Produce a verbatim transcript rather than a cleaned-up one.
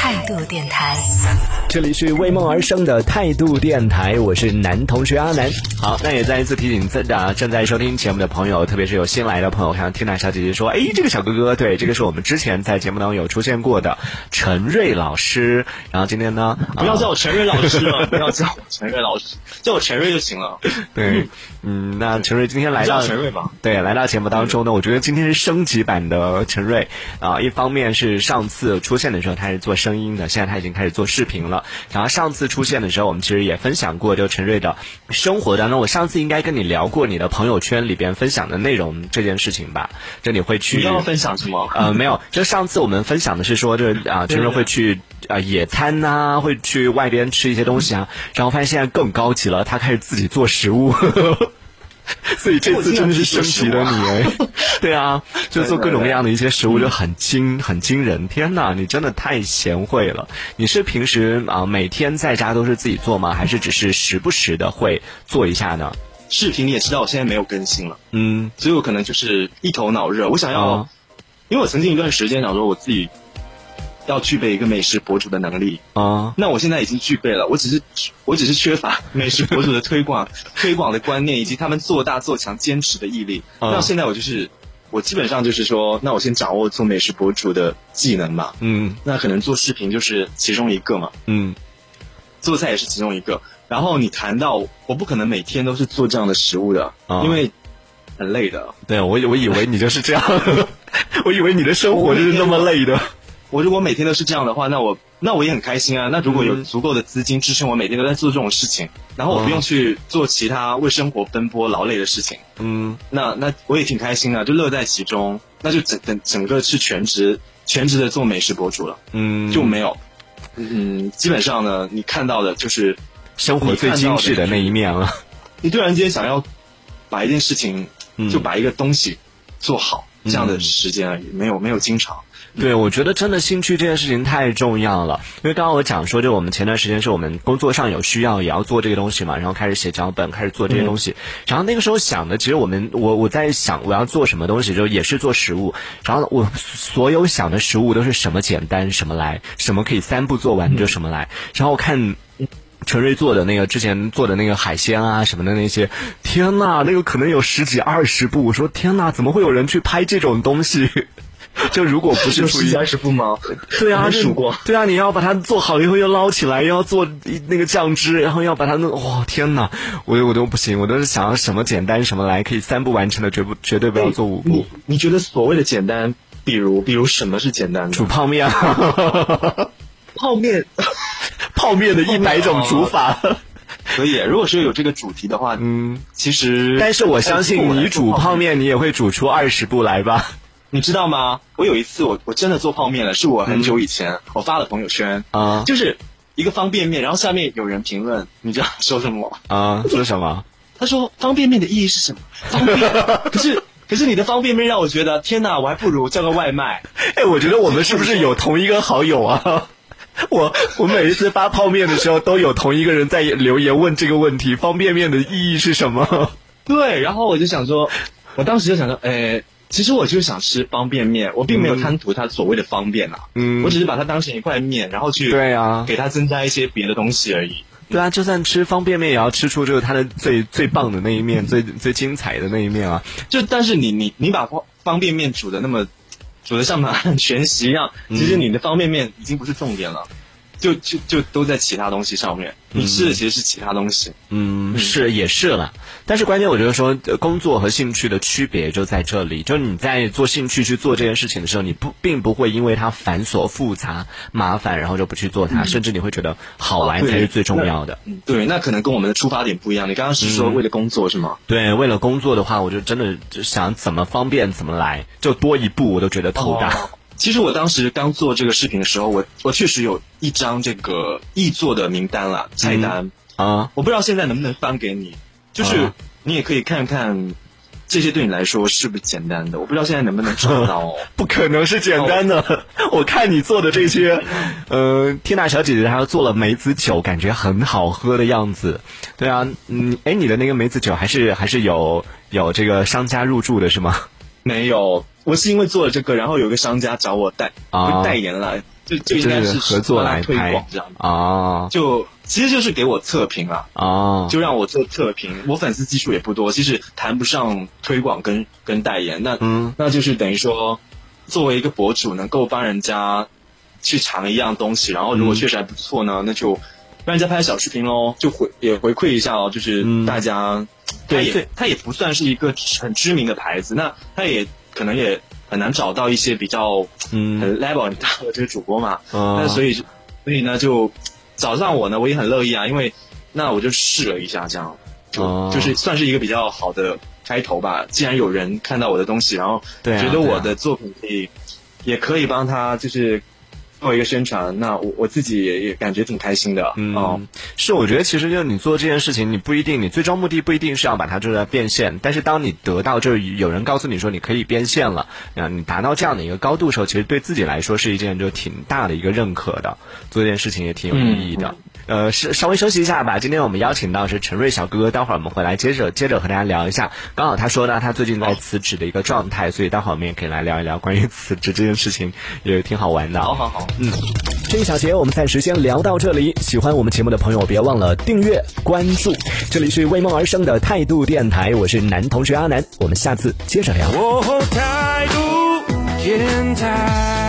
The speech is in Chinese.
态度电台， 这里是为梦而生的态度电台，我是男同学阿南。好，那也再一次提醒正啊正在收听节目的朋友，特别是有新来的朋友，看到缇娜小姐姐说，哎，这个小哥哥，对，这个是我们之前在节目当中有出现过的陈瑞老师。然后今天呢， 不要叫我陈瑞老师了，不要叫我陈瑞老师，叫我陈瑞就行了。 对，嗯，那陈瑞今天来到陈瑞吧， 对，来到节目当中呢，我觉得今天是升级版的陈瑞啊、呃。一方面是上次出现的时候他是做声音的，现在他已经开始做视频了。然后上次出现的时候，我们其实也分享过就陈瑞的生活当中，我上次应该跟你聊过你的朋友圈里边分享的内容这件事情吧？就你会去， 你要分享什么？ 呃，没有，就上次我们分享的是说，这啊，陈瑞会去啊、呃、野餐呐、啊，会去外边吃一些东西啊。然后发现现在更高级了，他开始自己做食物。所以这次真的是升级了你哎，对啊，就做各种各样的一些食物就很惊很惊人。天哪，你真的太贤惠了！你是平时啊、呃、每天在家都是自己做吗？还是只是时不时的会做一下呢？ 视频你也知道我现在没有更新了， 嗯， 所以我可能就是一头脑热，我想要、哦，因为我曾经一段时间想说我自己要具备一个美食博主的能力啊， 那我现在已经具备了，我只是我只是缺乏美食博主的推广推广的观念，以及他们做大做强坚持的毅力。啊、那现在我就是我基本上就是说，那我先掌握做美食博主的技能嘛， 嗯， 那可能做视频就是其中一个嘛， 嗯， 做菜也是其中一个。然后你谈到我不可能每天都是做这样的食物的，啊、因为很累的。 对，我我以为你就是这样，我以为你的生活就是那么累的。 我如果每天都是这样的话，那我那我也很开心啊。那如果有足够的资金支撑我每天都在做这种事情，然后我不用去做其他为生活奔波劳累的事情，嗯，那那我也挺开心的，就乐在其中。那就整整整个是全职全职的做美食博主了，嗯，就没有，嗯，基本上呢，你看到的就是生活最精致的那一面了。 你突然间想要把一件事情，就把一个东西做好，这样的时间而已，没有没有经常。 对，我觉得真的兴趣这件事情太重要了，因为刚刚我讲说，就我们前段时间是我们工作上有需要，也要做这个东西嘛，然后开始写脚本，开始做这些东西。嗯、然后那个时候想的，其实我们我我在想我要做什么东西，就也是做食物。然后我所有想的食物都是什么简单什么来，什么可以三步做完就什么来。然后我看陈瑞做的那个之前做的那个海鲜啊什么的那些，天哪，那个可能有十几二十步。我说天哪，怎么会有人去拍这种东西？就如果不是出于十几步吗？ 对啊， 数过。 对啊，你要把它做好以后又捞起来，又要做那个酱汁，然后要把它弄，哇，天哪！我我都不行，我都是想要什么简单什么来，可以三步完成的，绝不绝对不要做五步。 你你觉得所谓的简单，比如比如什么是简单的？ 煮泡面啊， 泡面， 泡面的一百种煮法。 可以，如果是有这个主题的话，嗯，其实， 但是我相信你煮泡面，你也会煮出二十步来吧。 你知道吗？我有一次我我真的做泡面了，是我很久以前、嗯、我发了朋友圈啊、嗯，就是一个方便面，然后下面有人评论，你知道说什么啊、嗯？说什么？ 他说方便面的意义是什么？方便，可是可是你的方便面让我觉得天哪，我还不如叫个外卖。 哎，我觉得我们是不是有同一个好友啊？我我每一次发泡面的时候，都有同一个人在留言问这个问题：方便面的意义是什么？ 对，然后我就想说，我当时就想说，哎。其实我就是想吃方便面，我并没有贪图它所谓的方便啊，嗯，我只是把它当成一块面，然后去对啊， 给它增加一些别的东西而已。 对啊，就算吃方便面，也要吃出就是它的最最棒的那一面，最最精彩的那一面啊。 就但是你你你把方便面煮的那么煮的像满汉全席一样，其实你的方便面已经不是重点了。就就就都在其他东西上面，你吃的其实是其他东西。 嗯，是也是了，但是关键我觉得说，工作和兴趣的区别就在这里，就是你在做兴趣去做这件事情的时候，你不并不会因为它繁琐复杂麻烦，然后就不去做它，嗯、甚至你会觉得好玩才是最重要的。 嗯、对，那可能跟我们的出发点不一样。你刚刚是说为了工作、嗯、是吗？ 对，为了工作的话，我就真的就想怎么方便怎么来，就多一步我都觉得头大。哦其实我当时刚做这个视频的时候，我我确实有一张这个易做的名单啦，菜单、嗯、啊，我不知道现在能不能翻给你，就是你也可以看看这些对你来说是不是简单的，我不知道现在能不能找到哦。 不可能是简单的，哦、我看你做的这些，呃，缇娜小姐姐她做了梅子酒，感觉很好喝的样子。对啊，嗯，哎，你的那个梅子酒还是还是有有这个商家入驻的是吗？ 没有。我是因为做了这个，然后有个商家找我代啊代言来， 就就应该是合作来推广这样啊， 就其实就是给我测评啊， 啊， 就让我做测评。我粉丝基数也不多，其实谈不上推广跟跟代言，那嗯，那就是等于说，作为一个博主，能够帮人家去尝一样东西，然后如果确实还不错呢，嗯、那就帮人家拍小视频喽，就回也回馈一下哦，就是大家，嗯、他也他也不算是一个很知名的牌子，那他也可能也很难找到一些比较嗯很 level 很大的这个主播嘛，嗯、那所以所以呢就。找上我呢，我也很乐意啊，因为那我就试了一下，这样就、哦、就是算是一个比较好的开头吧。既然有人看到我的东西，然后觉得我的作品可以，啊啊、也可以帮他就是做一个宣传，那我我自己也也感觉挺开心的。嗯，哦、 是，我觉得其实就是你做这件事情，你不一定，你最终目的不一定是要把它就是变现，但是当你得到就是有人告诉你说你可以变现了，啊，你达到这样的一个高度的时候，其实对自己来说是一件就挺大的一个认可的，做这件事情也挺有意义的。嗯呃，是稍微休息一下吧。今天我们邀请到是陈瑞小哥哥，待会儿我们回来接着接着和大家聊一下。刚好他说呢，他最近在辞职的一个状态，所以待会儿我们也可以来聊一聊关于辞职这件事情，也挺好玩的。 好好好， 嗯，这一小节我们暂时先聊到这里。喜欢我们节目的朋友，别忘了订阅关注。这里是为梦而生的态度电台，我是男同学阿南，我们下次接着聊。哦，态度电台。